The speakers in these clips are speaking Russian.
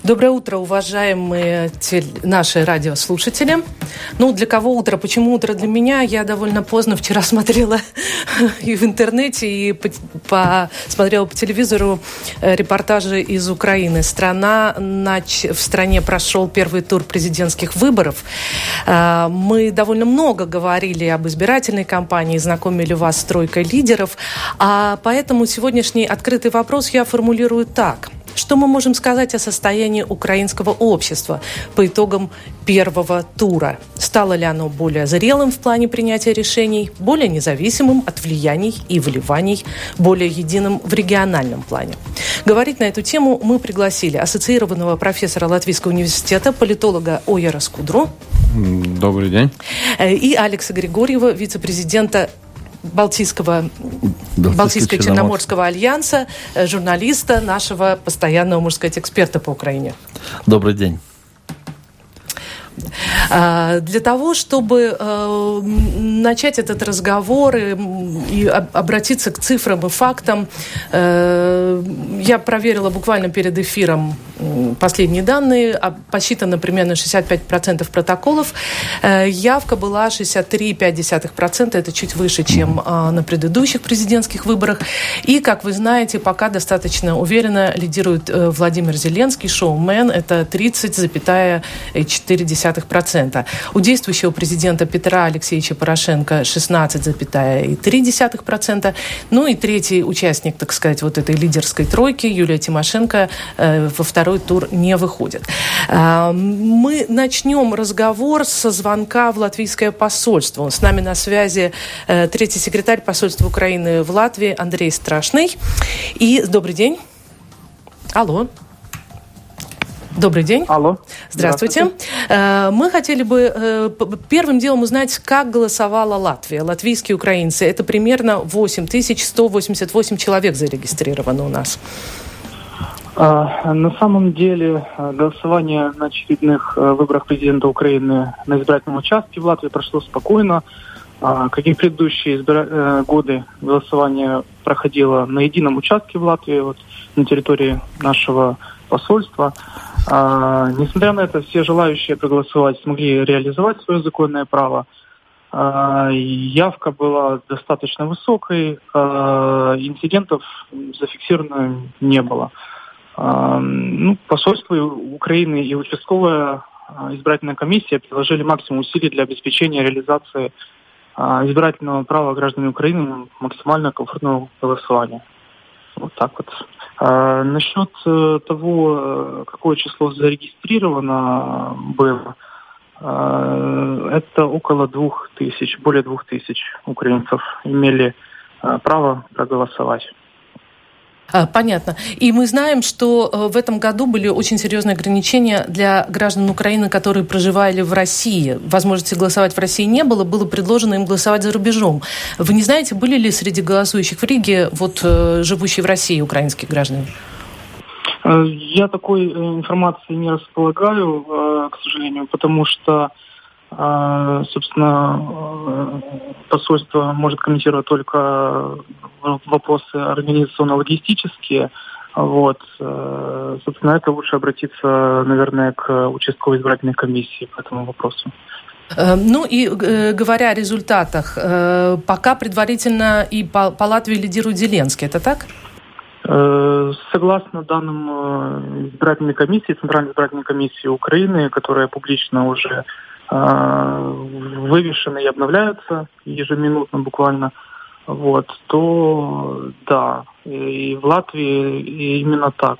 Доброе утро, уважаемые наши радиослушатели. Для кого утро? Почему утро для меня? Я довольно поздно вчера смотрела и в интернете, и смотрела по телевизору репортажи из Украины. В стране прошел первый тур президентских выборов. Мы довольно много говорили об избирательной кампании, знакомили вас с тройкой лидеров. Поэтому сегодняшний открытый вопрос я формулирую так. Что мы можем сказать о состоянии украинского общества по итогам первого тура? Стало ли оно более зрелым в плане принятия решений, более независимым от влияний и вливаний, более единым в региональном плане? Говорить на эту тему мы пригласили ассоциированного профессора Латвийского университета, политолога Ойера Скудру. Добрый день. И Алекса Григорьева, вице-президента Балтийско-Черноморского альянса, журналиста, нашего постоянного, можно сказать, эксперта по Украине. Добрый день. Для того, чтобы начать этот разговор и обратиться к цифрам и фактам, я проверила буквально перед эфиром последние данные. Посчитано примерно 65% протоколов. Явка была 63,5%. Это чуть выше, чем на предыдущих президентских выборах. И, как вы знаете, пока достаточно уверенно лидирует Владимир Зеленский, шоумен. Это 30,4%. У действующего президента Петра Алексеевича Порошенко 16,3%. И третий участник, так сказать, вот этой лидерской тройки, Юлия Тимошенко, во второй тур не выходит. Мы начнем разговор со звонка в латвийское посольство. С нами на связи третий секретарь посольства Украины в Латвии Андрей Страшный. И добрый день. Алло. Добрый день. Алло. Здравствуйте. Мы хотели бы первым делом узнать, как голосовала Латвия, латвийские украинцы. Это примерно 8188 человек зарегистрировано у нас. На самом деле голосование на очередных выборах президента Украины на избирательном участке в Латвии прошло спокойно. Как и в предыдущие годы, голосование проходило на едином участке в Латвии, на территории нашего посольства. Несмотря на это, все желающие проголосовать смогли реализовать свое законное право. Явка была достаточно высокой, инцидентов зафиксировано не было. Посольство Украины и участковая избирательная комиссия приложили максимум усилий для обеспечения реализации избирательного права граждан Украины максимально комфортного голосования. Вот так вот. Насчет того, какое число зарегистрировано было, это около 2000, более 2000 украинцев имели право проголосовать. Понятно. И мы знаем, что в этом году были очень серьезные ограничения для граждан Украины, которые проживали в России. Возможности голосовать в России не было, было предложено им голосовать за рубежом. Вы не знаете, были ли среди голосующих в Риге живущие в России украинские граждане? Я такой информацией не располагаю, к сожалению, потому что, собственно, посольство может комментировать только вопросы организационно-логистические. Собственно, это лучше обратиться, наверное, к участковой избирательной комиссии по этому вопросу. Говоря о результатах, пока предварительно и по Латвии лидирует Зеленский, это так? Согласно данным избирательной комиссии, Центральной избирательной комиссии Украины, которая публично уже вывешены и обновляются ежеминутно буквально, то да, и в Латвии именно так,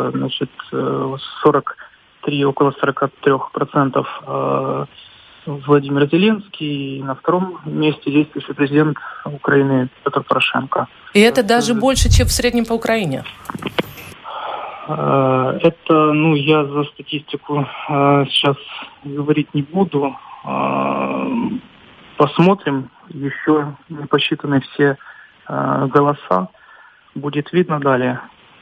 около 43% Владимир Зеленский, и на втором месте действующий президент Украины Петр Порошенко. И это даже больше, чем в среднем по Украине? Это, я за статистику сейчас говорить не буду. Посмотрим, еще не посчитаны все голоса. Будет видно далее.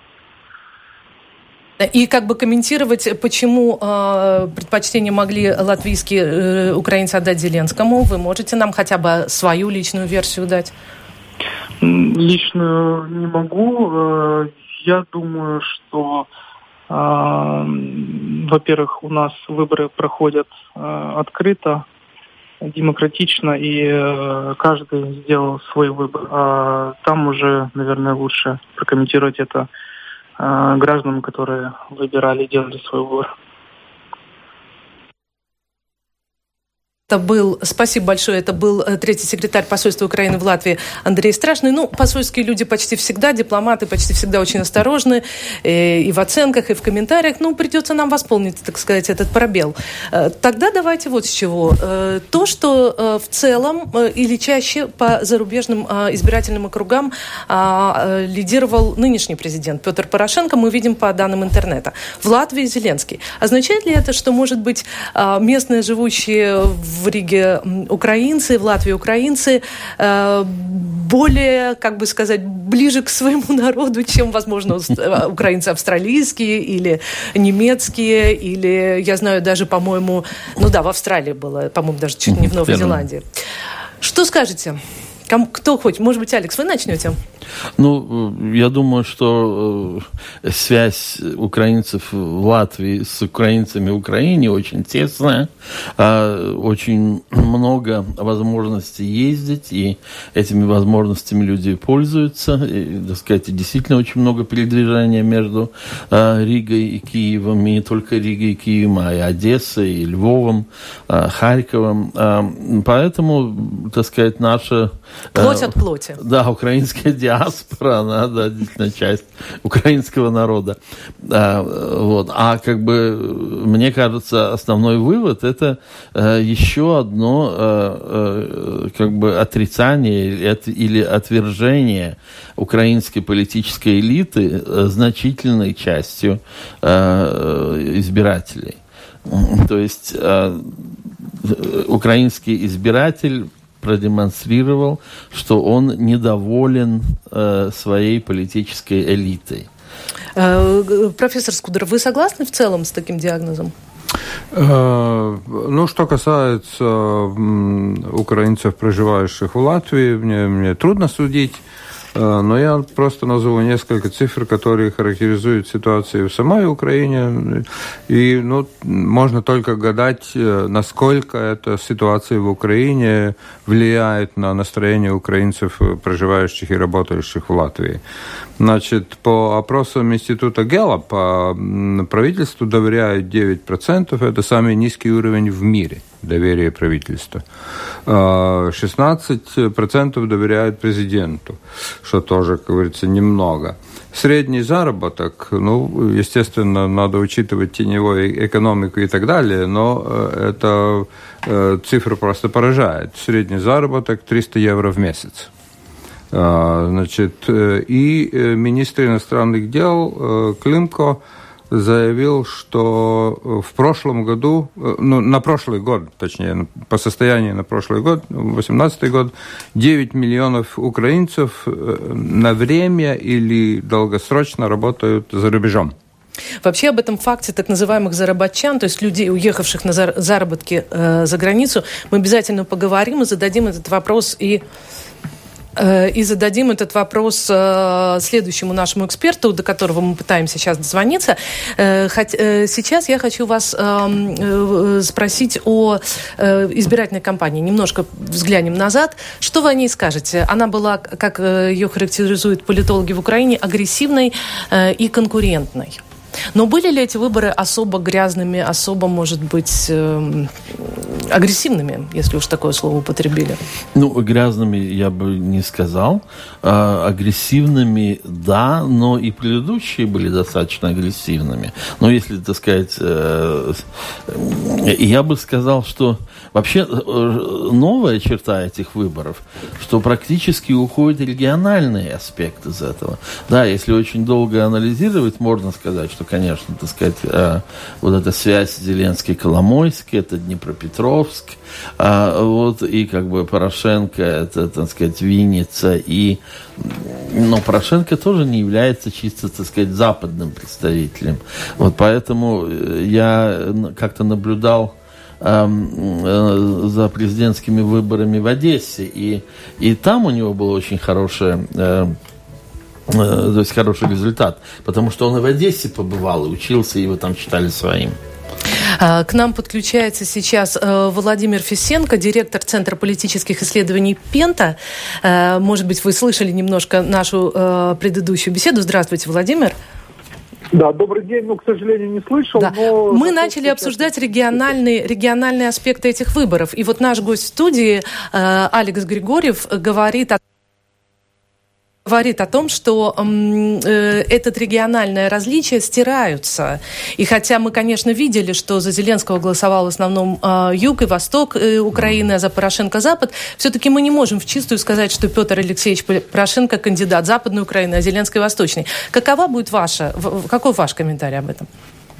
И комментировать, почему предпочтение могли латвийские украинцы отдать Зеленскому, вы можете нам хотя бы свою личную версию дать? Личную не могу. Я думаю, что во-первых, у нас выборы проходят открыто, демократично, и каждый сделал свой выбор. А там уже, наверное, лучше прокомментировать это гражданам, которые выбирали и делали свой выбор. Спасибо большое. Это был третий секретарь посольства Украины в Латвии Андрей Страшный. Посольские люди почти всегда, дипломаты почти всегда очень осторожны и в оценках, и в комментариях. Придется нам восполнить, так сказать, этот пробел. Тогда давайте вот с чего. То, что в целом или чаще по зарубежным избирательным округам лидировал нынешний президент Петр Порошенко, мы видим по данным интернета. В Латвии Зеленский. Означает ли это, что, может быть, местные живущие в Риге украинцы, в Латвии украинцы более, ближе к своему народу, чем, возможно, украинцы австралийские или немецкие, или, я знаю, даже, по-моему, в Австралии было, по-моему, даже чуть не в Новой Зеландии. Что скажете? Кто хоть? Может быть, Алекс, вы начнете? Я думаю, что связь украинцев в Латвии с украинцами в Украине очень тесная, очень много возможностей ездить, и этими возможностями люди пользуются. И, так сказать, действительно очень много передвижения между Ригой и Киевом, и не только Ригой и Киевом, а и Одессой, и Львовом, Харьковом. Поэтому, так сказать, наша... Плоть от плоти. Да, украинская диаспора, она, действительно, часть украинского народа. Мне кажется, основной вывод – это еще одно отрицание или отвержение украинской политической элиты значительной частью избирателей. То есть украинский избиратель продемонстрировал, что он недоволен своей политической элитой. Профессор Скударов, вы согласны в целом с таким диагнозом? Что касается украинцев, проживающих в Латвии, мне трудно судить. Но я просто назову несколько цифр, которые характеризуют ситуацию в самой Украине. И можно только гадать, насколько эта ситуация в Украине влияет на настроение украинцев, проживающих и работающих в Латвии. Значит, по опросам Института Gallup правительству доверяют 9%. Это самый низкий уровень в мире доверия правительству. 16% доверяют президенту, что тоже, как говорится, немного. Средний заработок, естественно, надо учитывать теневую экономику и так далее, но эта цифра просто поражает. Средний заработок 300 евро в месяц. Значит, и министр иностранных дел Климко заявил, что в прошлом году, на прошлый год, точнее, по состоянию на прошлый год, 2018 год, 9 миллионов украинцев на время или долгосрочно работают за рубежом. Вообще об этом факте так называемых заработчан, то есть людей, уехавших на заработки за границу, мы обязательно поговорим и зададим этот вопрос следующему нашему эксперту, до которого мы пытаемся сейчас дозвониться. Сейчас я хочу вас спросить о избирательной кампании. Немножко взглянем назад. Что вы о ней скажете? Она была, как ее характеризуют политологи в Украине, агрессивной и конкурентной. Но были ли эти выборы особо грязными, особо, может быть, агрессивными, если уж такое слово употребили? Грязными я бы не сказал. Агрессивными, да, но и предыдущие были достаточно агрессивными. Но если, так сказать, я бы сказал, что вообще новая черта этих выборов, что практически уходят региональные аспекты из этого. Да, если очень долго анализировать, можно сказать, что, конечно, так сказать, вот эта связь Зеленский-Коломойский, это Днепропетровск, и Порошенко, это, так сказать, Винница, но Порошенко тоже не является чисто, так сказать, западным представителем. Поэтому я как-то наблюдал за президентскими выборами в Одессе, и там у него был очень хороший результат, потому что он и в Одессе побывал, и учился, и его там считали своим. К нам подключается сейчас Владимир Фисенко, директор Центра политических исследований «Пента». Может быть, вы слышали немножко нашу предыдущую беседу. Здравствуйте, Владимир. Да, добрый день. К сожалению, не слышал. Да. Но... Мы начали обсуждать региональные аспекты этих выборов. И вот наш гость в студии, Алекс Григорьев, говорит о том, что это региональное различие стираются. И хотя мы, конечно, видели, что за Зеленского голосовал в основном юг и восток Украины, а за Порошенко Запад, все-таки мы не можем вчистую сказать, что Петр Алексеевич Порошенко кандидат Западной Украины, а Зеленский Восточной. Какой ваш комментарий об этом?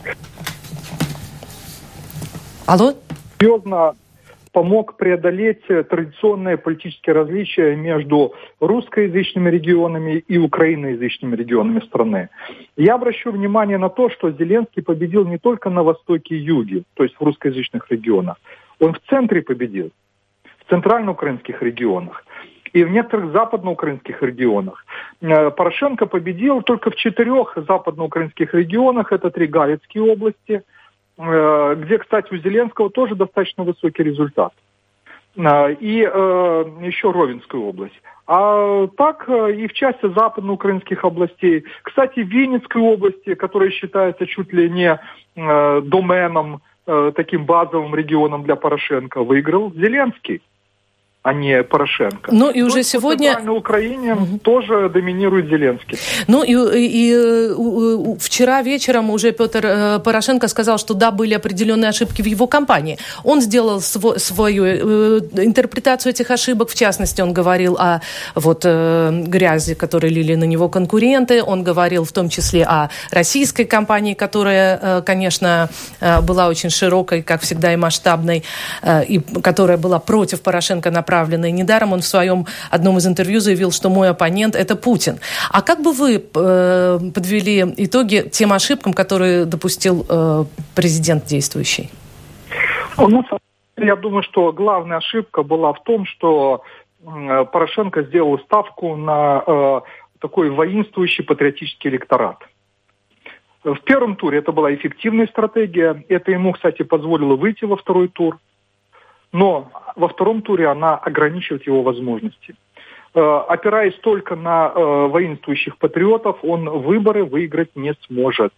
Алло? Серьезно помог преодолеть традиционные политические различия между русскоязычными регионами и украиноязычными регионами страны. Я обращу внимание на то, что Зеленский победил не только на востоке и юге, то есть в русскоязычных регионах. Он в центре победил, в центральноукраинских регионах и в некоторых западноукраинских регионах. Порошенко победил только в 4 западноукраинских регионах, это 3 Галицкие области, где, кстати, у Зеленского тоже достаточно высокий результат. И еще Ровенскую область. А так и в части западноукраинских областей. Кстати, в Винницкой области, которая считается чуть ли не доменом, таким базовым регионом для Порошенко, выиграл Зеленский, а не Порошенко. Ну и уже сегодня... На Украине тоже доминирует Зеленский. Ну и вчера вечером уже Петр Порошенко сказал, что да, были определенные ошибки в его кампании. Он сделал свою интерпретацию этих ошибок. В частности, он говорил о грязи, которую лили на него конкуренты. Он говорил в том числе о российской кампании, которая, конечно, была очень широкой, как всегда, и масштабной, и которая была против Порошенко направленной. Недаром он в своем одном из интервью заявил, что мой оппонент – это Путин. А как бы вы подвели итоги тем ошибкам, которые допустил президент действующий? Я думаю, что главная ошибка была в том, что Порошенко сделал ставку на такой воинствующий патриотический электорат. В первом туре это была эффективная стратегия. Это ему, кстати, позволило выйти во второй тур. Но во втором туре она ограничивает его возможности. Опираясь только на воинствующих патриотов, он выборы выиграть не сможет.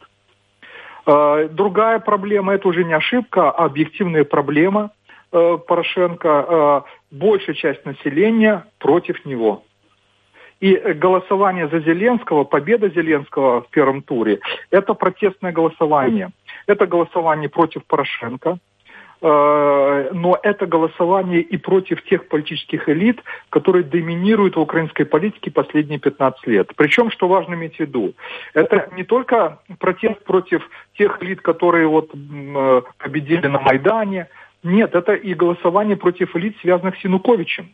Другая проблема, это уже не ошибка, а объективная проблема Порошенко. Большая часть населения против него. И голосование за Зеленского, победа Зеленского в первом туре, это протестное голосование. Это голосование против Порошенко. Но это голосование и против тех политических элит, которые доминируют в украинской политике последние 15 лет. Причем, что важно иметь в виду, это не только протест против тех элит, которые победили на Майдане. Нет, это и голосование против элит, связанных с Януковичем.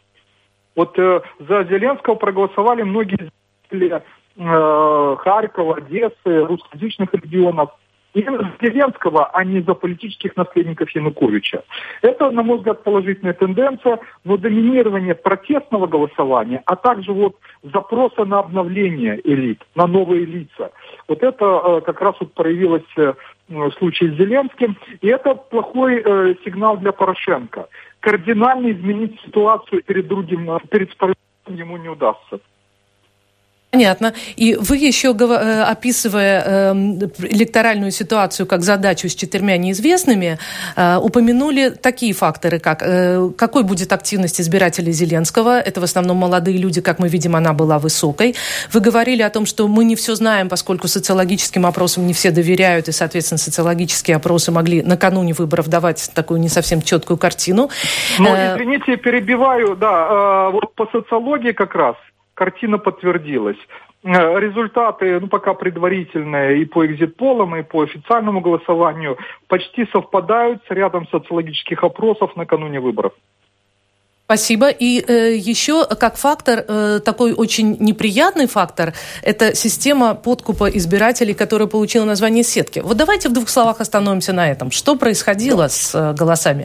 За Зеленского проголосовали многие жители Харькова, Одессы, русскоязычных регионов. Именно за Зеленского, а не за политических наследников Януковича. Это, на мой взгляд, положительная тенденция, но доминирование протестного голосования, а также запроса на обновление элит, на новые лица. Это как раз проявилось в случае с Зеленским, и это плохой сигнал для Порошенко. Кардинально изменить ситуацию перед вторым ему не удастся. Понятно. И вы еще, описывая электоральную ситуацию как задачу с 4 неизвестными, упомянули такие факторы, как какой будет активность избирателей Зеленского. Это в основном молодые люди, как мы видим, она была высокой. Вы говорили о том, что мы не все знаем, поскольку социологическим опросам не все доверяют, и, соответственно, социологические опросы могли накануне выборов давать такую не совсем четкую картину. Извините, перебиваю. Да, по социологии как раз картина подтвердилась. Результаты, пока предварительные и по экзит-полам, и по официальному голосованию почти совпадают с рядом социологических опросов накануне выборов. Спасибо. И еще как фактор, такой очень неприятный фактор, это система подкупа избирателей, которая получила название сетки. Давайте в 2 словах остановимся на этом. Что происходило с голосами?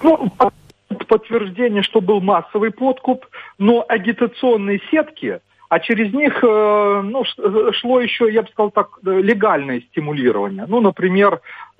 Подтверждение, что был массовый подкуп, но агитационные сетки, а через них шло еще, я бы сказал так, легальное стимулирование. Ну, например,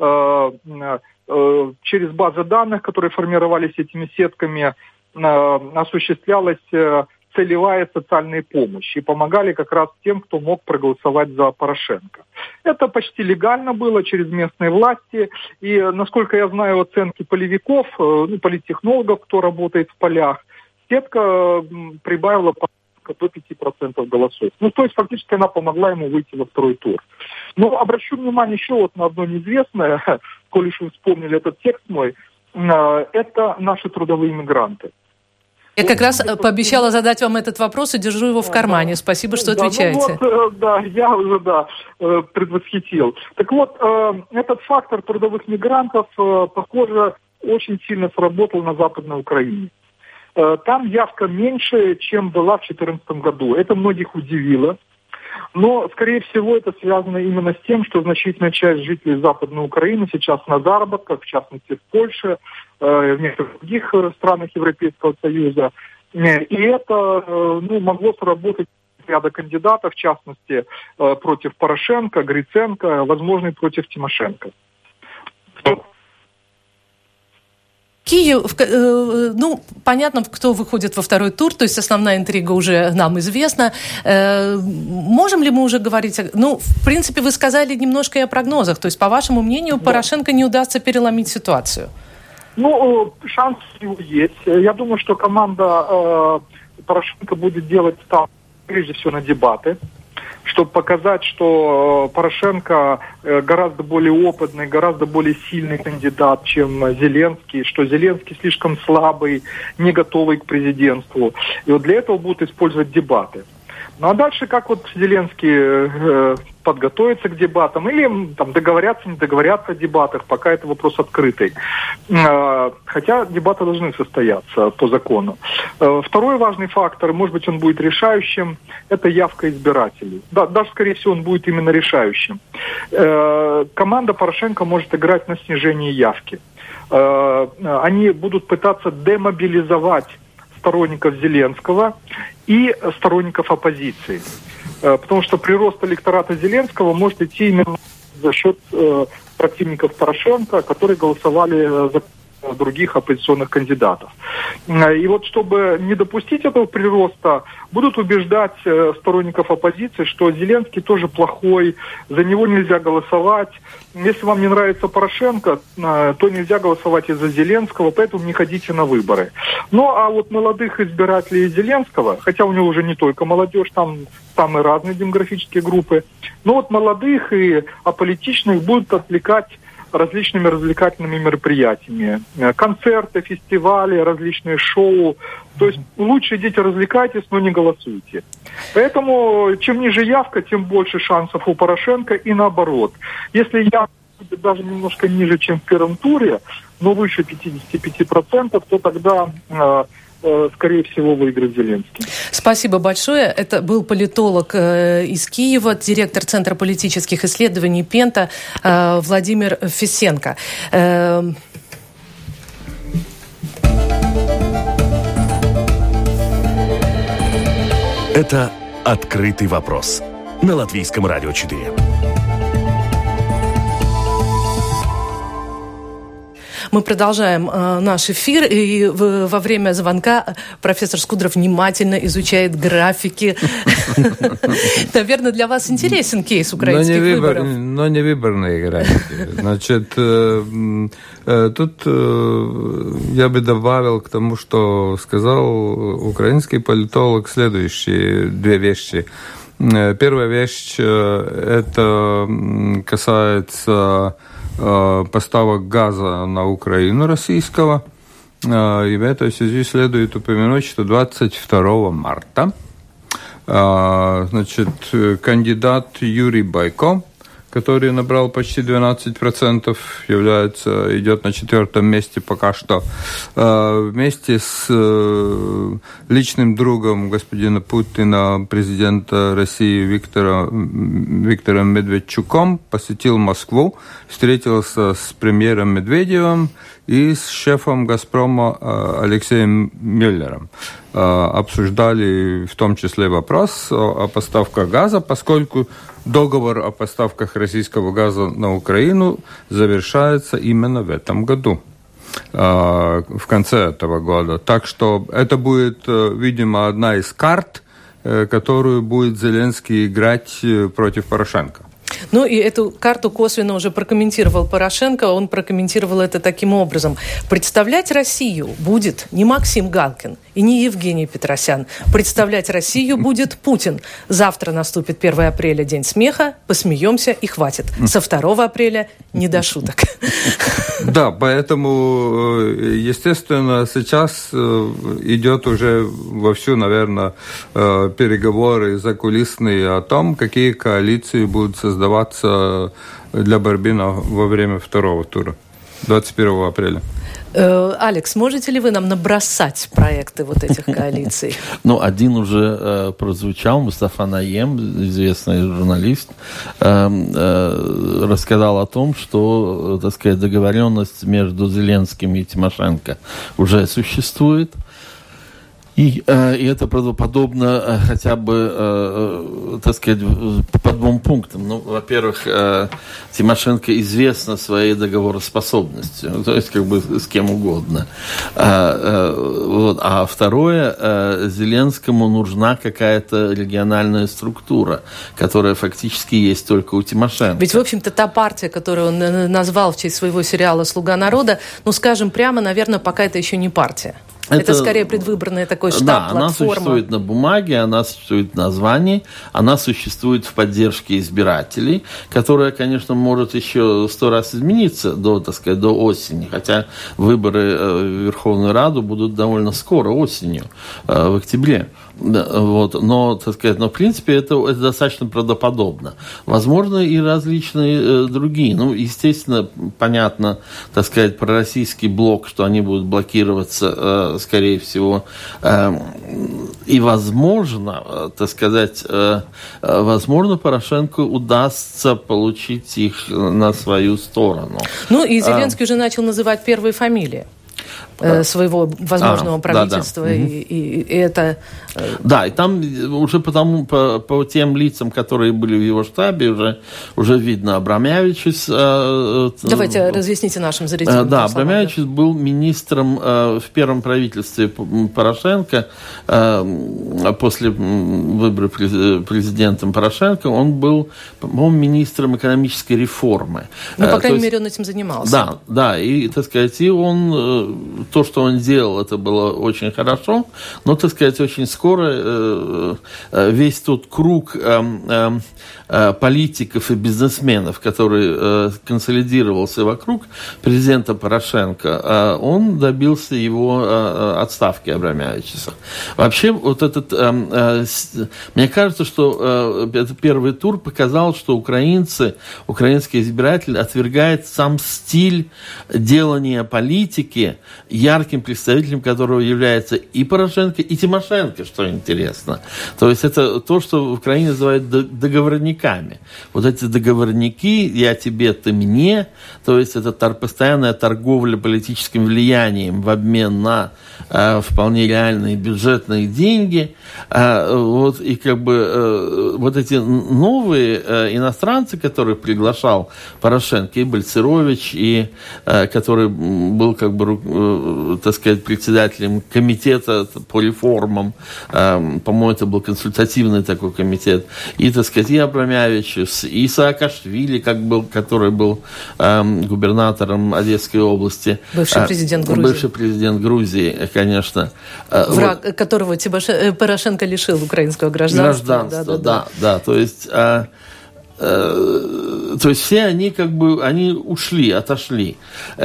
через базы данных, которые формировались этими сетками, осуществлялась целевая социальная помощь. И помогали как раз тем, кто мог проголосовать за Порошенко. Это почти легально было через местные власти. И, насколько я знаю, оценки полевиков, политтехнологов, кто работает в полях, сетка прибавила до 5% голосов. Ну, то есть, фактически, она помогла ему выйти во второй тур. Но обращу внимание еще вот на одно неизвестное, коли уж вы вспомнили этот текст мой, это наши трудовые мигранты. Я как раз пообещала задать вам этот вопрос и держу его в кармане. Спасибо, что отвечаете. Я уже предвосхитил. Так вот, этот фактор трудовых мигрантов, похоже, очень сильно сработал на Западной Украине. Там явка меньше, чем была в 2014 году. Это многих удивило. Но, скорее всего, это связано именно с тем, что значительная часть жителей Западной Украины сейчас на заработках, в частности в Польше, в некоторых других странах Европейского Союза. И это могло сработать ряда кандидатов, в частности, против Порошенко, Гриценко, возможно, и против Тимошенко. Киев, понятно, кто выходит во второй тур, то есть основная интрига уже нам известна. Можем ли мы уже говорить... в принципе, вы сказали немножко и о прогнозах. То есть, по вашему мнению, Порошенко не удастся переломить ситуацию? Шанс есть. Я думаю, что команда Порошенко будет делать ставку, прежде всего, на дебаты, чтобы показать, что Порошенко гораздо более опытный, гораздо более сильный кандидат, чем Зеленский, что Зеленский слишком слабый, не готовый к президентству. И вот для этого будут использовать дебаты. Ну а дальше, как вот Зеленский подготовится к дебатам или договорятся, не договорятся о дебатах, пока это вопрос открытый. Хотя дебаты должны состояться по закону. Второй важный фактор, может быть, он будет решающим, это явка избирателей. Да, даже, скорее всего, он будет именно решающим. Команда Порошенко может играть на снижение явки. Они будут пытаться демобилизовать сторонников Зеленского и сторонников оппозиции. Потому что прирост электората Зеленского может идти именно за счет противников Порошенко, которые голосовали за других оппозиционных кандидатов. И вот чтобы не допустить этого прироста, будут убеждать сторонников оппозиции, что Зеленский тоже плохой, за него нельзя голосовать. Если вам не нравится Порошенко, то нельзя голосовать и за Зеленского, поэтому не ходите на выборы. Ну, а вот молодых избирателей Зеленского, хотя у него уже не только молодежь, там самые разные демографические группы, но вот молодых и аполитичных будут отвлекать различными развлекательными мероприятиями. Концерты, фестивали, различные шоу. То есть лучше идите развлекайтесь, но не голосуйте. Поэтому чем ниже явка, тем больше шансов у Порошенко и наоборот. Если явка будет даже немножко ниже, чем в первом туре, но выше 55%, то тогда... скорее всего, выиграет Зеленский. Спасибо большое. Это был политолог из Киева, директор Центра политических исследований Пента Владимир Фесенко. Это «Открытый вопрос» на Латвийском радио 4. Мы продолжаем наш эфир, и во время звонка профессор Скудров внимательно изучает графики. Наверное, для вас интересен кейс украинских выборов. Но не выборные графики. Значит, тут я бы добавил к тому, что сказал украинский политолог, следующие две вещи. Первая вещь, это касается поставок газа на Украину российского. И в этой связи следует упомянуть, что 22 марта кандидат Юрий Бойко, который набрал почти 12%, идет на 4-м месте пока что, вместе с личным другом господина Путина, президента России Виктором Медведчуком, посетил Москву, встретился с премьером Медведевым и с шефом «Газпрома» Алексеем Миллером. обсуждали в том числе вопрос о поставках газа, поскольку договор о поставках российского газа на Украину завершается именно в этом году, в конце этого года. Так что это будет, видимо, одна из карт, которую будет Зеленский играть против Порошенко. Ну и эту карту косвенно уже прокомментировал Порошенко. Он прокомментировал это таким образом. Представлять Россию будет не Максим Галкин и не Евгений Петросян. Представлять Россию будет Путин. Завтра наступит 1 апреля, день смеха. Посмеемся и хватит. Со 2 апреля не до шуток. Да, поэтому, естественно, сейчас идет уже вовсю, наверное, переговоры закулисные о том, какие коалиции будут создаваться для борьбы во время второго тура, 21 апреля. Алекс, можете ли вы нам набросать проекты вот этих коалиций? Ну, один уже прозвучал, Мустафа Наем, известный журналист, рассказал о том, что, так сказать, договоренность между Зеленским и Тимошенко уже существует. И это правдоподобно хотя бы, так сказать, по 2 пунктам. Ну, во-первых, Тимошенко известна своей договороспособностью, то есть как бы с кем угодно. Вот. А второе, Зеленскому нужна какая-то региональная структура, которая фактически есть только у Тимошенко. Ведь, в общем-то, та партия, которую он назвал в честь своего сериала «Слуга народа», ну, скажем прямо, наверное, пока это еще не партия. Это скорее предвыборный такой штаб, да, платформа. Она существует на бумаге, она существует в названии, она существует в поддержке избирателей, которая, конечно, может еще 100 раз измениться до, так сказать, до осени, хотя выборы в Верховную Раду будут довольно скоро, осенью, в октябре. Вот. Но, так сказать, в принципе, это достаточно правдоподобно. Возможно, и различные другие. Ну, естественно, понятно, так сказать, пророссийский блок, что они будут блокироваться, скорее всего, и, возможно, так сказать, возможно, Порошенко удастся получить их на свою сторону. Ну, и Зеленский уже начал называть первые фамилии своего возможного правительства, да. И это... Да, и там уже по тем лицам, которые были в его штабе, уже видно Абрамович. Давайте разъясните нашим зрителям. Да, Абрамович был министром в первом правительстве Порошенко, после выбора президентом Порошенко, он был, по-моему, министром экономической реформы. Ну, по крайней мере, он этим занимался. Да, и, так сказать, и он... То, что он делал, это было очень хорошо, но, так сказать, очень скоро весь тот круг политиков и бизнесменов, который консолидировался вокруг президента Порошенко, он добился его отставки, Абрамовича. Вообще, вот этот... Мне кажется, что этот первый тур показал, что украинский избиратель отвергает сам стиль делания политики, ярким представителем которого является и Порошенко, и Тимошенко, что интересно. То есть это то, что в Украине называют договорниками. Вот эти договорники, я тебе, ты мне, то есть это постоянная торговля политическим влиянием в обмен на вполне реальные бюджетные деньги. Вот, и как бы вот эти новые иностранцы, которых приглашал Порошенко, и Бальцерович, и который был как бы, так сказать, председателем комитета по реформам, по-моему, это был консультативный такой комитет, и, так сказать, и Абрамович, и Саакашвили, который был губернатором Одесской области. Бывший президент Грузии. Бывший президент Грузии, конечно. Враг, которого Порошенко лишил украинского гражданства. Да. То есть все они как бы отошли.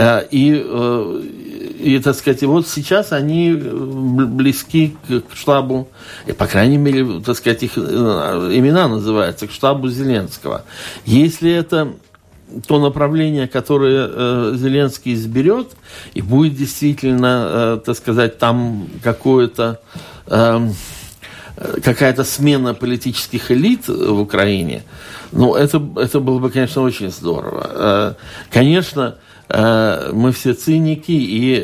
И, так сказать, вот сейчас они близки к штабу, и, по крайней мере, так сказать, их имена называются, к штабу Зеленского. Если это то направление, которое Зеленский изберет, и будет действительно, так сказать, там какая-то смена политических элит в Украине, Ну, это было бы, конечно, очень здорово. Конечно, мы все циники и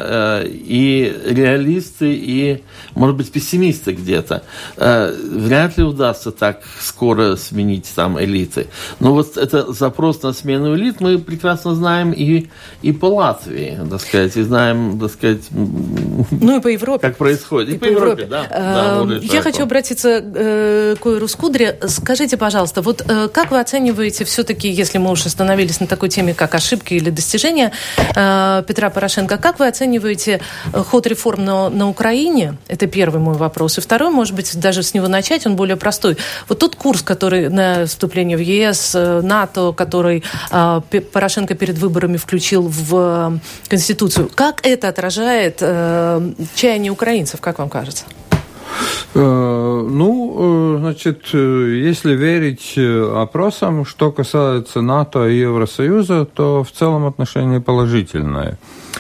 реалисты, и, может быть, пессимисты где-то. Вряд ли удастся так скоро сменить там элиты. Но вот это запрос на смену элит мы прекрасно знаем и по Латвии, так сказать, и знаем, так сказать, ну и по Европе. Как происходит. И по Европе, да. Я хочу обратиться к Ойру Скудре. Скажите, пожалуйста, вот как вы оцениваете все-таки, если мы уж остановились на такой теме, как ошибки или достижения Петра Порошенко, как вы оцениваете ход реформ на Украине? Это первый мой вопрос. И второй, может быть, даже с него начать, он более простой. Вот тот курс, который на вступление в ЕС, НАТО, который Порошенко перед выборами включил в Конституцию, как это отражает чаяние украинцев, как вам кажется? Ну, значит, если верить опросам, что касается НАТО и Евросоюза, то в целом отношение положительное.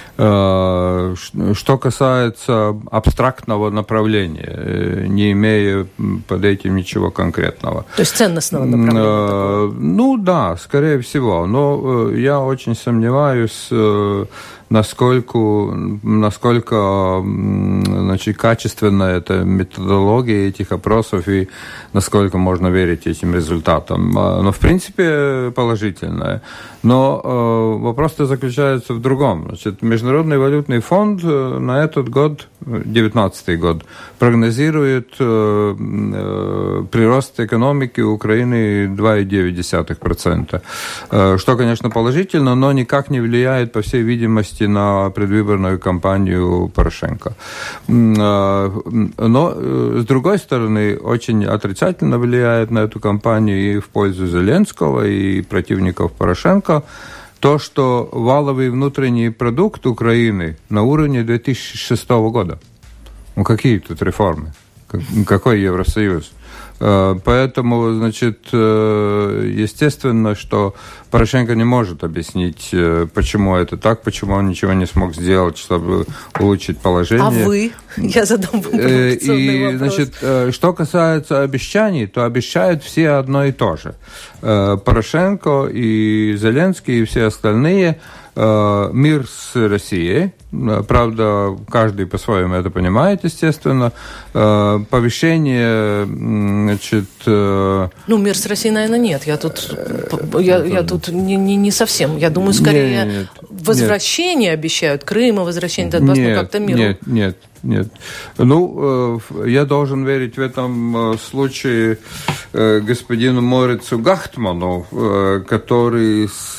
Что касается абстрактного направления, не имея под этим ничего конкретного. То есть ценностного направления? Ну да, скорее всего. Но я очень сомневаюсь, насколько значит, качественна эта методология этих опросов и насколько можно верить этим результатам. Но в принципе положительное. Но вопрос-то заключается в другом. Значит, Международный валютный фонд на этот год, 2019 год, прогнозирует прирост экономики Украины 2,9%. Что, конечно, положительно, но никак не влияет, по всей видимости, на предвыборную кампанию Порошенко. Но, с другой стороны, очень отрицательно влияет на эту кампанию и в пользу Зеленского, и противников Порошенко то, что валовый внутренний продукт Украины на уровне 2006 года. Ну, какие тут реформы? Какой Евросоюз? Поэтому, значит, естественно, что Порошенко не может объяснить, почему это так, почему он ничего не смог сделать, чтобы улучшить положение. А вы? Я задам провокационный вопрос. Значит, что касается обещаний, то обещают все одно и то же. Порошенко и Зеленский и все остальные мир с Россией. Правда, каждый по-своему это понимает, естественно. Повышение, значит... Ну, мир с Россией, наверное, нет. Я тут не совсем. Я думаю, скорее возвращение обещают. Крыма, возвращение Донбасса, ну как-то миру. Нет. Ну, я должен верить в этом случае господину Морицу Гахтману, который с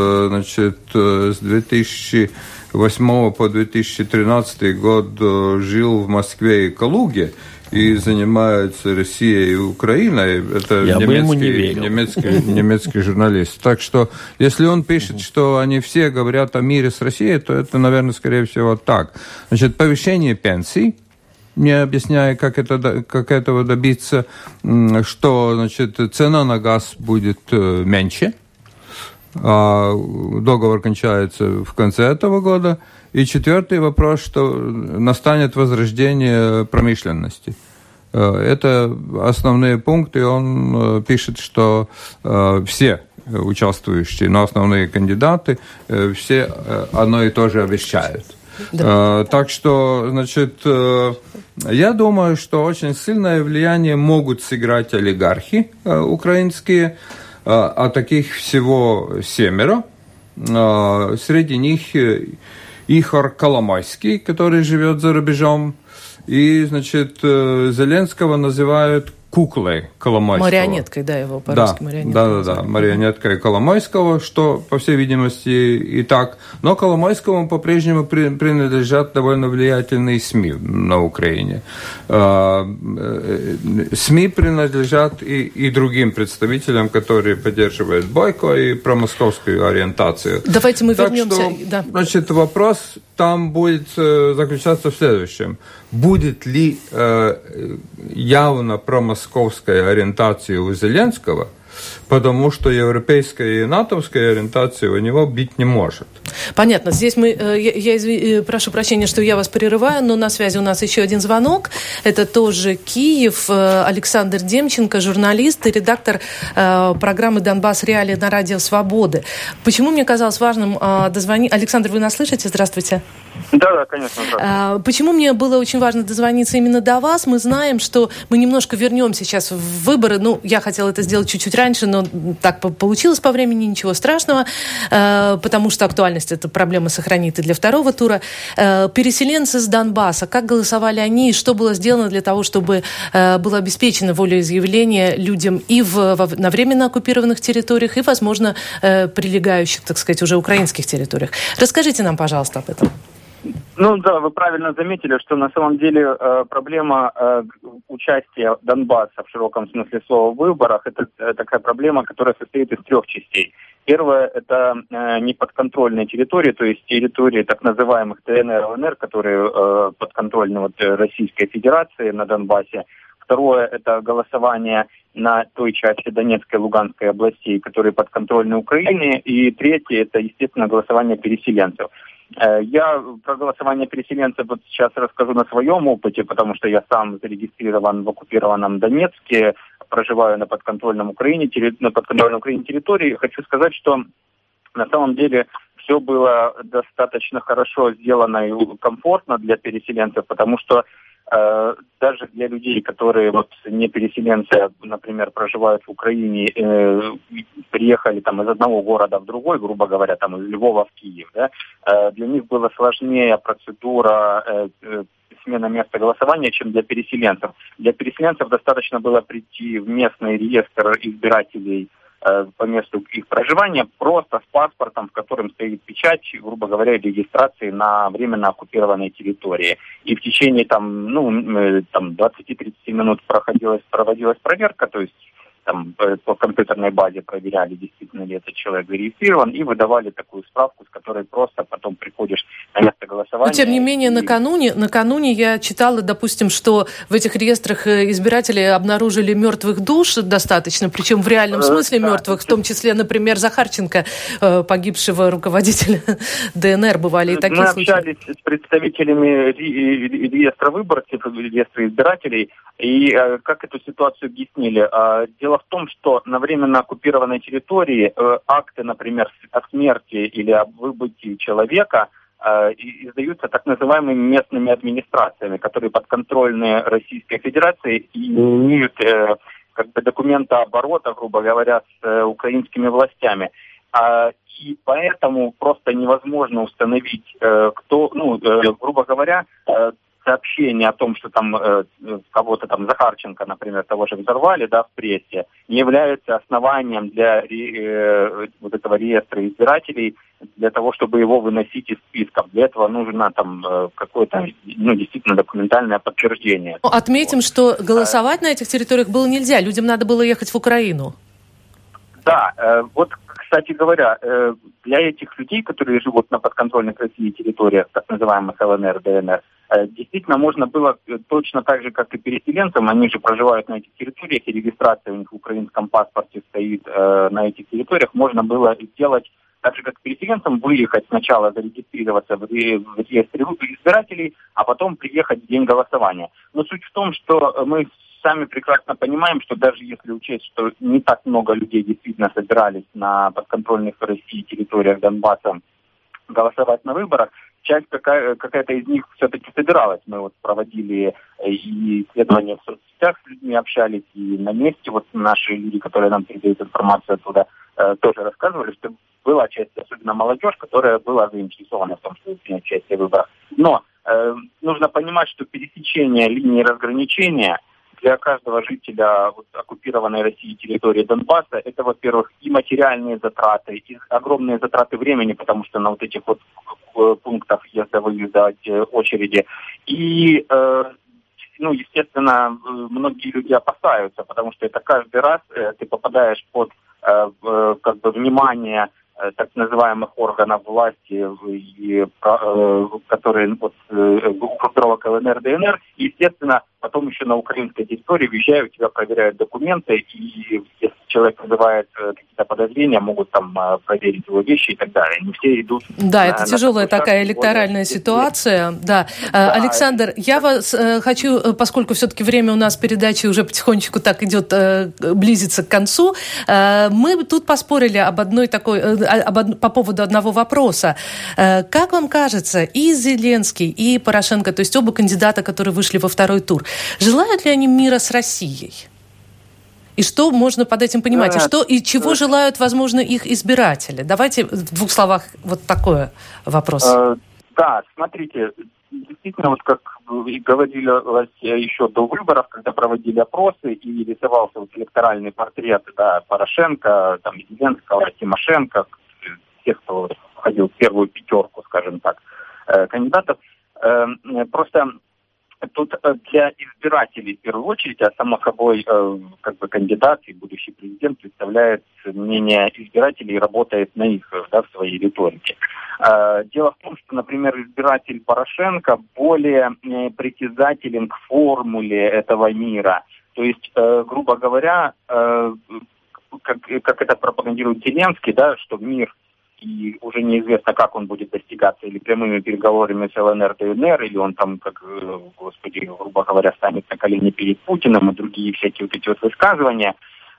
2008 по 2013 год жил в Москве и Калуге и занимается Россией и Украиной. Это немецкий журналист. Так что, если он пишет, что они все говорят о мире с Россией, то это, наверное, скорее всего так. Значит, повышение пенсий, не объясняя, как этого добиться, что, значит, цена на газ будет меньше, а договор кончается в конце этого года. И четвертый вопрос, что настанет возрождение промышленности. Это основные пункты. Он пишет, что все участвующие, но основные кандидаты, все одно и то же обещают. Да. Так что, значит, я думаю, что очень сильное влияние могут сыграть олигархи украинские, а таких всего 7. Среди них Ихор Коломойский, который живет за рубежом, и, значит, Зеленского называют куклой Коломойского. Марионеткой, да, его по-русски марионеткой. Да, марионеткой Коломойского, что, по всей видимости, и так. Но Коломойскому по-прежнему принадлежат довольно влиятельные СМИ на Украине. СМИ принадлежат и другим представителям, которые поддерживают Бойко и промосковскую ориентацию. Давайте мы вернемся. Так что, значит, вопрос там будет заключаться в следующем. Будет ли явно промосковская ориентация у Зеленского, потому что европейская и натовская ориентация у него быть не может. Понятно. Здесь я прошу прощения, что я вас прерываю, но на связи у нас еще один звонок. Это тоже Киев. Александр Демченко, журналист и редактор программы «Донбасс. Реалии» на радио «Свободы». Почему мне казалось важным дозвонить... Александр, вы нас слышите? Здравствуйте. Да, конечно. Почему мне было очень важно дозвониться именно до вас? Мы знаем, что мы немножко вернемся сейчас в выборы. Я хотела это сделать чуть-чуть раньше, но так получилось по времени, ничего страшного, потому что актуальность эта проблема сохранит и для второго тура. Переселенцы с Донбасса, как голосовали они, и что было сделано для того, чтобы было обеспечено волеизъявление людям и на временно оккупированных территориях, и, возможно, прилегающих, так сказать, уже украинских территориях. Расскажите нам, пожалуйста, об этом. Да, вы правильно заметили, что на самом деле проблема участия Донбасса в широком смысле слова в выборах – это такая проблема, которая состоит из 3 частей. Первое – это неподконтрольные территории, то есть территории так называемых ДНР, ЛНР, которые подконтрольны Российской Федерации на Донбассе. Второе – это голосование на той части Донецкой и Луганской областей, которые подконтрольны Украине. И третье – это, естественно, голосование переселенцев. Я про голосование переселенцев сейчас расскажу на своем опыте, потому что я сам зарегистрирован в оккупированном Донецке, проживаю на подконтрольной Украине территории. Хочу сказать, что на самом деле все было достаточно хорошо сделано и комфортно для переселенцев, потому что даже для людей, которые не переселенцы, например, проживают в Украине, приехали из одного города в другой, грубо говоря, из Львова в Киев, да, для них была сложнее процедура смена места голосования, чем для переселенцев. Для переселенцев достаточно было прийти в местный реестр избирателей по месту их проживания просто с паспортом, в котором стоит печать, грубо говоря, регистрации на временно оккупированной территории. И в течение 20-30 минут проводилась проверка, то есть по компьютерной базе проверяли, действительно ли этот человек зарегистрирован, и выдавали такую справку, с которой просто потом приходишь на место голосования. Но, тем не менее, накануне я читала, допустим, что в этих реестрах избиратели обнаружили мертвых душ достаточно, причем в реальном смысле мертвых, в том числе, например, Захарченко, погибшего руководителя ДНР, бывали и такие случаи. Мы общались с представителями реестра выборцев, реестра избирателей, и как эту ситуацию объяснили? Дело в том, что на временно оккупированной территории акты, например, о смерти или об выбытии человека издаются так называемыми местными администрациями, которые подконтрольны Российской Федерации и не имеют документооборота, грубо говоря, с украинскими властями. И поэтому просто невозможно установить, кто, грубо говоря, сообщение о том, что кого-то Захарченко, например, того же взорвали, в прессе, не является основанием для этого реестра избирателей для того, чтобы его выносить из списков. Для этого нужно какое-то действительно документальное подтверждение. Отметим, что голосовать на этих территориях было нельзя. Людям надо было ехать в Украину. Да, кстати говоря, для этих людей, которые живут на подконтрольных России территориях, так называемых ЛНР, ДНР, действительно можно было точно так же, как и переселенцам, они же проживают на этих территориях, и регистрация у них в украинском паспорте стоит на этих территориях, можно было сделать так же, как переселенцам, выехать сначала, зарегистрироваться в реестре избирателей, а потом приехать в день голосования. Но суть в том, что мы сами прекрасно понимаем, что даже если учесть, что не так много людей действительно собирались на подконтрольных России территориях Донбасса голосовать на выборах, часть какая-то из них все-таки собиралась. Мы проводили и исследования в соцсетях с людьми, общались, и на месте наши люди, которые нам передают информацию оттуда, тоже рассказывали, что была часть, особенно молодежь, которая была заинтересована в том, чтобы принять участие в выборах. Но нужно понимать, что пересечение линии разграничения для каждого жителя оккупированной России территории Донбасса это, во-первых, и материальные затраты, и огромные затраты времени, потому что на этих пунктах въезда-выезда очереди. И, естественно, многие люди опасаются, потому что это каждый раз ты попадаешь под внимание так называемых органов власти, которые группировок ЛНР, ДНР, и, естественно, потом еще на украинской территории въезжают, тебя проверяют документы, и если человек вызывает какие-то подозрения, могут там проверить его вещи и так далее. Не все идут. Да, это тяжелая такая электоральная ситуация. Да. Александр, я вас хочу, поскольку все-таки время у нас передачи уже потихонечку так идет, близится к концу, мы тут поспорили по поводу одного вопроса. Как вам кажется, и Зеленский, и Порошенко, то есть оба кандидата, которые вышли во второй тур, желают ли они мира с Россией? И что можно под этим понимать? И чего желают, возможно, их избиратели? Давайте в двух словах вот такой вопрос. Да, смотрите, действительно, вот как говорилось еще до выборов, когда проводили опросы и рисовался вот электоральный портрет Порошенко, там, Зеленского, Тимошенко, тех, кто входил в первую пятерку, скажем так, кандидатов, просто тут для избирателей в первую очередь, а само собой кандидат и будущий президент представляет мнение избирателей и работает на их, в своей риторике. Дело в том, что, например, избиратель Порошенко более притязателен к формуле этого мира. То есть, грубо говоря, как это пропагандирует Зеленский, что мир, и уже неизвестно, как он будет достигаться, или прямыми переговорами с ЛНР, ДНР, или он там, грубо говоря, станет на колени перед Путиным, и другие всякие вот эти вот высказывания,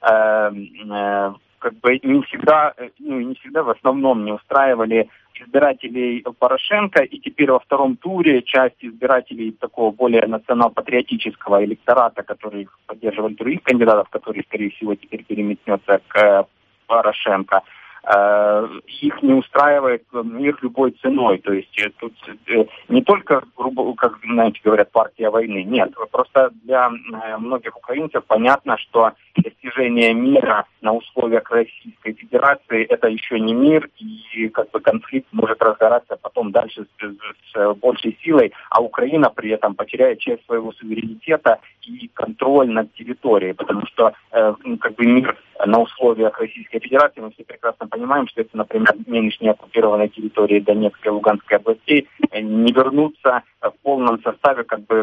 не всегда в основном не устраивали избирателей Порошенко, и теперь во втором туре часть избирателей такого более национал-патриотического электората, которые поддерживали других кандидатов, который, скорее всего, теперь переметнется к Порошенко, их не устраивает мир любой ценой. То есть тут не только, как знаете, говорят, партия войны. Нет, просто для многих украинцев понятно, что достижение мира на условиях Российской Федерации – это еще не мир, и конфликт может разгораться потом дальше с большей силой, а Украина при этом потеряет часть своего суверенитета и контроль над территорией, потому что мир на условиях Российской Федерации, мы все прекрасно понимаем, что это, например, нынешние оккупированные территории Донецкой и Луганской областей не вернутся в полном составе,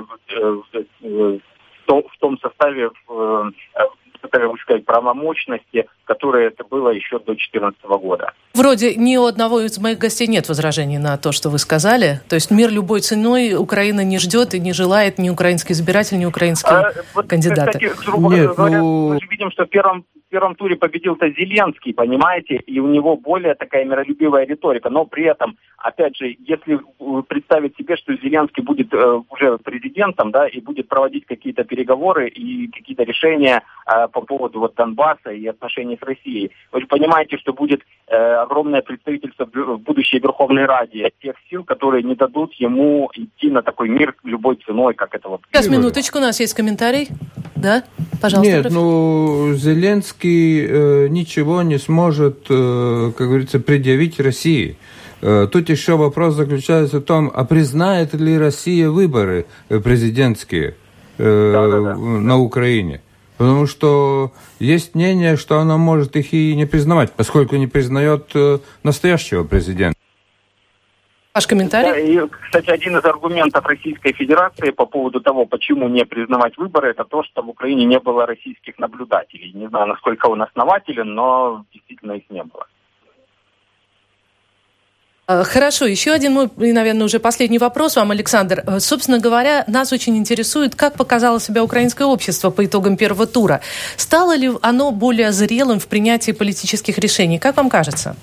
в том составе, правомощности, которое это было еще до 2014 года. Вроде ни у одного из моих гостей нет возражений на то, что вы сказали. То есть мир любой ценой Украина не ждет и не желает ни украинский избиратель, ни украинские кандидаты. Кстати, мы же видим, что в первом туре победил-то Зеленский, понимаете, и у него более такая миролюбивая риторика. Но при этом, опять же, если представить себе, что Зеленский будет уже президентом, и будет проводить какие-то переговоры и какие-то решения по поводу Донбасса и отношений с Россией, вы же понимаете, что будет огромное представительство в будущей Верховной Раде тех сил, которые не дадут ему идти на такой мир любой ценой, как это Сейчас, минуточку, у нас есть комментарий. Да, пожалуйста. Нет, Зеленский ничего не сможет, как говорится, предъявить России. Тут еще вопрос заключается в том, а признает ли Россия выборы президентские на Украине? Потому что есть мнение, что она может их и не признавать, поскольку не признает настоящего президента. Ваш комментарий? Да, и, кстати, один из аргументов Российской Федерации по поводу того, почему не признавать выборы, это то, что в Украине не было российских наблюдателей. Не знаю, насколько он основателен, но действительно их не было. Хорошо, еще один мой, наверное, уже последний вопрос вам, Александр. Собственно говоря, нас очень интересует, как показало себя украинское общество по итогам первого тура. Стало ли оно более зрелым в принятии политических решений? Как вам кажется?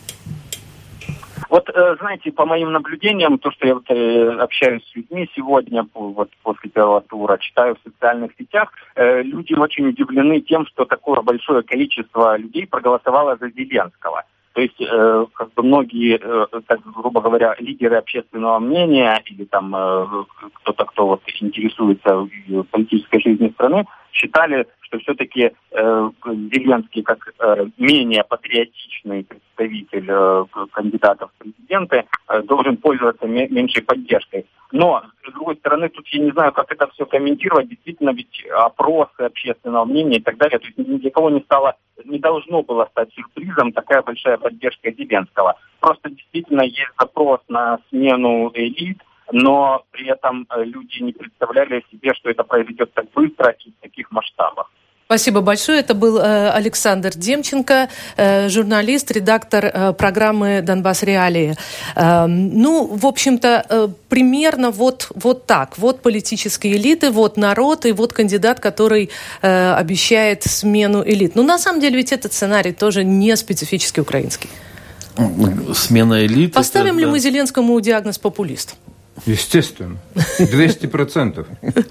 Знаете, по моим наблюдениям, то, что я общаюсь с людьми сегодня, после первого тура, читаю в социальных сетях, люди очень удивлены тем, что такое большое количество людей проголосовало за Зеленского. То есть, многие, грубо говоря, лидеры общественного мнения или там кто-то, кто интересуется политической жизнью страны, считали, что все-таки Зеленский, как менее патриотичный представитель кандидатов в президенты, должен пользоваться меньшей поддержкой. Но, с другой стороны, тут я не знаю, как это все комментировать. Действительно, ведь опросы общественного мнения и так далее, то есть ни для кого не должно было стать сюрпризом такая большая поддержка Зеленского. Просто действительно есть запрос на смену элит, но при этом люди не представляли себе, что это произойдет так быстро и в таких масштабах. Спасибо большое. Это был Александр Демченко, журналист, редактор программы «Донбасс Реалии». В общем-то, примерно вот так. Вот политические элиты, вот народ и вот кандидат, который обещает смену элит. На самом деле ведь этот сценарий тоже не специфически украинский. Смена элит. Поставим ли мы Зеленскому диагноз популист? Естественно. 200%.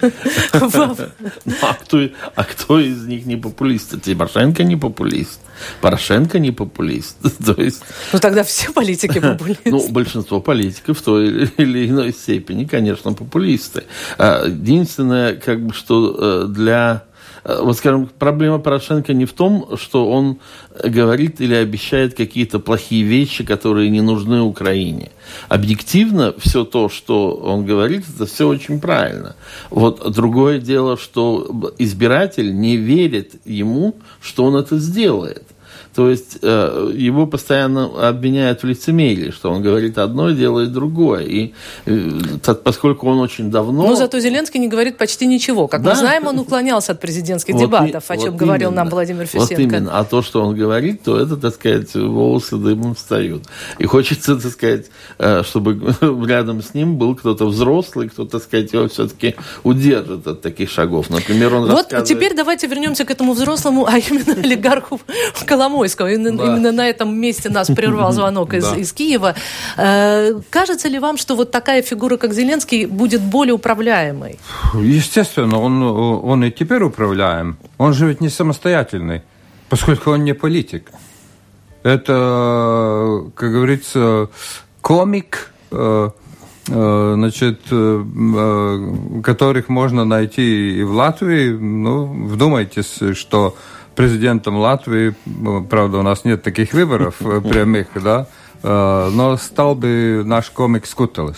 А кто из них не популист? Тимошенко не популист. Порошенко не популист. То есть... тогда все политики популисты. Большинство политиков в той или иной степени, конечно, популисты. Единственное, что для... скажем, проблема Порошенко не в том, что он говорит или обещает какие-то плохие вещи, которые не нужны Украине. Объективно все то, что он говорит, это все очень правильно. Другое дело, что избиратель не верит ему, что он это сделает. То есть его постоянно обвиняют в лицемерии, что он говорит одно и делает другое. И поскольку он очень давно... зато Зеленский не говорит почти ничего. Как мы знаем, он уклонялся от президентских дебатов, о чем говорил нам Владимир Фесенко. Именно. А то, что он говорит, то это, так сказать, волосы дымом встают. И хочется, так сказать, чтобы рядом с ним был кто-то взрослый, кто, так сказать, его все-таки удержит от таких шагов. Например, он рассказывает... Теперь давайте вернемся к этому взрослому, а именно олигарху Коломойскому. Именно на этом месте нас прервал звонок из Киева. Кажется ли вам, что такая фигура, как Зеленский, будет более управляемой? Естественно, он и теперь управляем. Он же ведь не самостоятельный, поскольку он не политик. Это, как говорится, комик, которых можно найти и в Латвии. Вдумайтесь, что президентом Латвии, правда, у нас нет таких выборов прямых, да, но стал бы наш комик Скутелес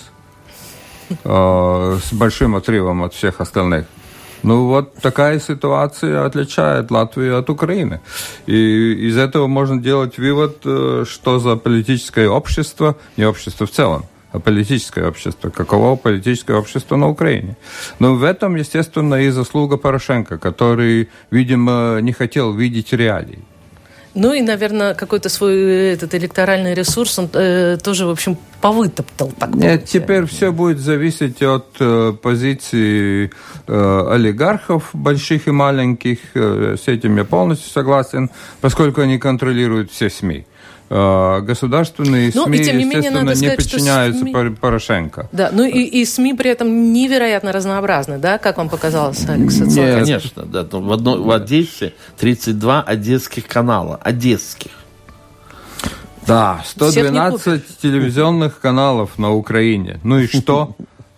с большим отрывом от всех остальных. Такая ситуация отличает Латвию от Украины. И из этого можно делать вывод, что за политическое общество, не общество в целом, а политическое общество. Каково политическое общество на Украине? Но в этом, естественно, и заслуга Порошенко, который, видимо, не хотел видеть реалии. И, наверное, какой-то свой электоральный ресурс он тоже, в общем, повытоптал. Нет, теперь все будет зависеть от позиции олигархов, больших и маленьких. С этим я полностью согласен, поскольку они контролируют все СМИ. Государственные СМИ, естественно, не подчиняются Порошенко. Да, и СМИ при этом невероятно разнообразны, да, как вам показалось, Алекс? Нет, конечно, да. В Одессе 32 одесских канала. Одесских. Да, 112 телевизионных каналов на Украине. И что?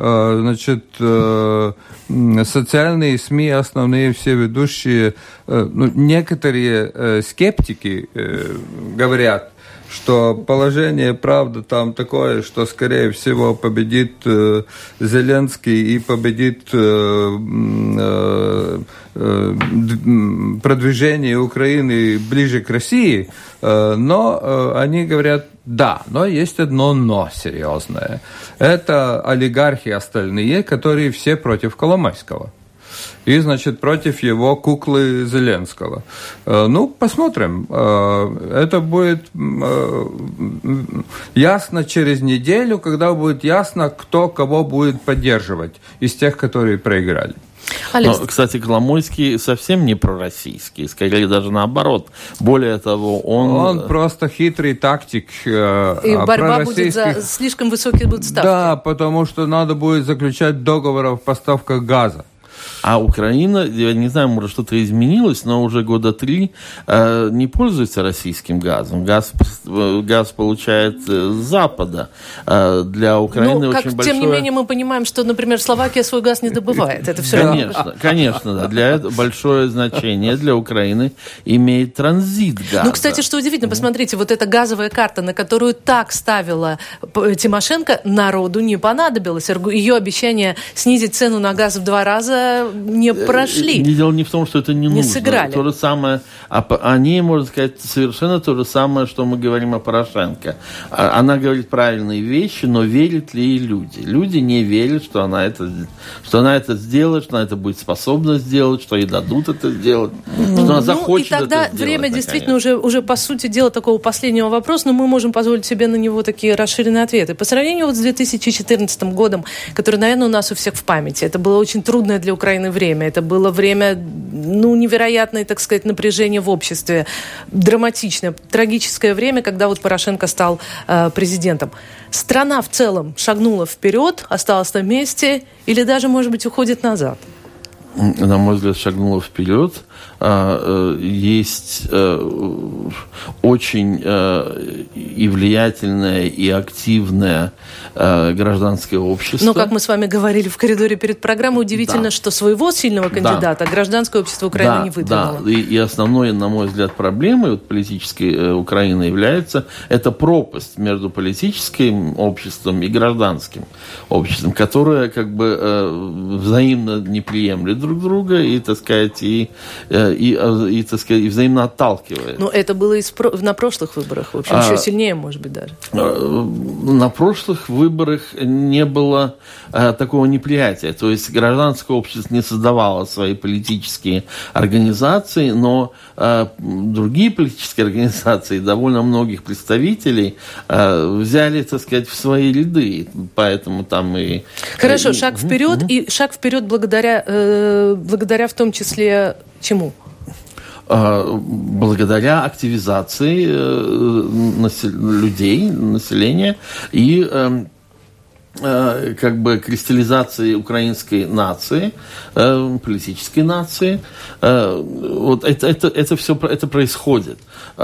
Социальные СМИ, основные все ведущие, некоторые скептики говорят, что положение, правда, там такое, что, скорее всего, победит Зеленский и победит продвижение Украины ближе к России, но они говорят, да, но есть одно «но» серьезное. Это олигархи остальные, которые все против Коломойского. И, против его куклы Зеленского. Посмотрим. Это будет ясно через неделю, когда будет ясно, кто кого будет поддерживать из тех, которые проиграли. Но, кстати, Коломойский совсем не пророссийский, скорее даже наоборот. Более того, он просто хитрый тактик. И борьба будет за слишком высокие будут ставки. Да, потому что надо будет заключать договор о поставках газа. А Украина, я не знаю, может, что-то изменилось, но уже года 3 не пользуется российским газом. Газ получает с Запада. Для Украины очень большое... Тем не менее, мы понимаем, что, например, Словакия свой газ не добывает. Это все Конечно, да. Для этого большое значение для Украины имеет транзит газа. Кстати, что удивительно, посмотрите, эта газовая карта, на которую так ставила Тимошенко, народу не понадобилось. Ее обещание снизить цену на газ в 2 раза просто не прошли. Дело не в том, что это не нужно. Сыграли. То же самое, они, можно сказать, совершенно то же самое, что мы говорим о Порошенко. Она говорит правильные вещи, но верят ли ей люди? Люди не верят, что она это сделает, что она это будет способна сделать, что ей дадут это сделать, что она захочет это сделать. И тогда время действительно уже по сути дела такого последнего вопроса, но мы можем позволить себе на него такие расширенные ответы. По сравнению с 2014 годом, который, наверное, у нас у всех в памяти, это было очень трудное для Украины время. Это было время, невероятное, так сказать, напряжение в обществе, драматичное, трагическое время, когда вот Порошенко стал президентом. Страна в целом шагнула вперед, осталась на месте или даже, может быть, уходит назад? На мой взгляд, шагнула вперед. Есть очень и влиятельное, и активное гражданское общество. Но, как мы с вами говорили в коридоре перед программой, удивительно, что своего сильного кандидата гражданское общество Украины не выдвинуло. Да, и основной, на мой взгляд, проблемой политической Украины является это пропасть между политическим обществом и гражданским обществом, которое взаимно не приемлет друг друга и, так сказать, и взаимно отталкивает. Но это было на прошлых выборах, в общем, еще сильнее, может быть, даже. На прошлых выборах не было такого неприятия. То есть гражданское общество не создавало свои политические организации, но другие политические организации, довольно многих представителей, взяли, так сказать, в свои ряды. Поэтому там и... Хорошо, шаг вперед, и шаг вперед благодаря в том числе чему? Благодаря активизации людей, населения и кристаллизации украинской нации, политической нации. Вот это все происходит.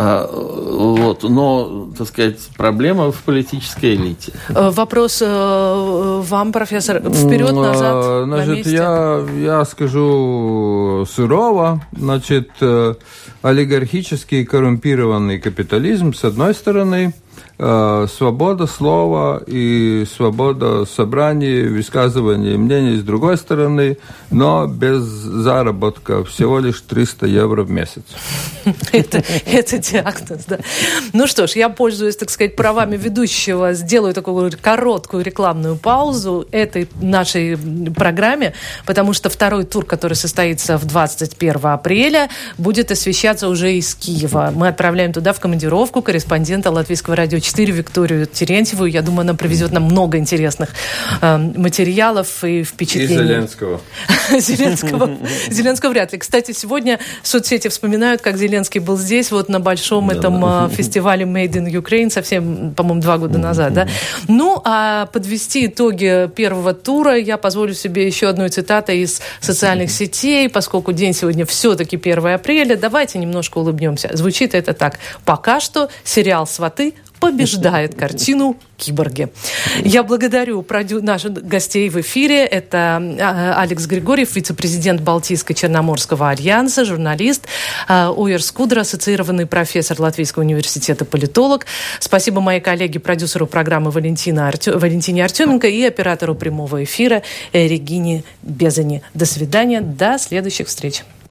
Но, так сказать, проблема в политической элите. Вопрос вам, профессор. Вперед, назад, на месте? Я скажу сурово. Олигархический коррумпированный капитализм, с одной стороны, свобода слова и свобода собраний, высказывания мнений с другой стороны, но без заработка всего лишь 300 евро в месяц. Это диагноз, да. Ну что ж, я пользуюсь, так сказать, правами ведущего, сделаю такую короткую рекламную паузу этой нашей программе, потому что второй тур, который состоится в 21 апреля, будет освещаться уже из Киева. Мы отправляем туда в командировку корреспондента Латвийского радио 4 Викторию Терентьеву. Я думаю, она привезет нам много интересных материалов и впечатлений. И Зеленского вряд ли. Кстати, сегодня соцсети вспоминают, как Зеленский был здесь, вот на большом фестивале Made in Ukraine, совсем, по-моему, 2 года назад, да? Ну, а подвести итоги первого тура я позволю себе еще одной цитатой из социальных сетей, поскольку день сегодня все-таки 1 апреля. Давайте немножко улыбнемся. Звучит это так. Пока что сериал «Сваты» побеждает картину «Киборги». Я благодарю наших гостей в эфире. Это Алекс Григорьев, вице-президент Балтийско-Черноморского альянса, журналист, Ойер Скудра, ассоциированный профессор Латвийского университета, политолог. Спасибо моей коллеге, продюсеру программы Валентине Артеменко и оператору прямого эфира Регине Безани. До свидания, до следующих встреч.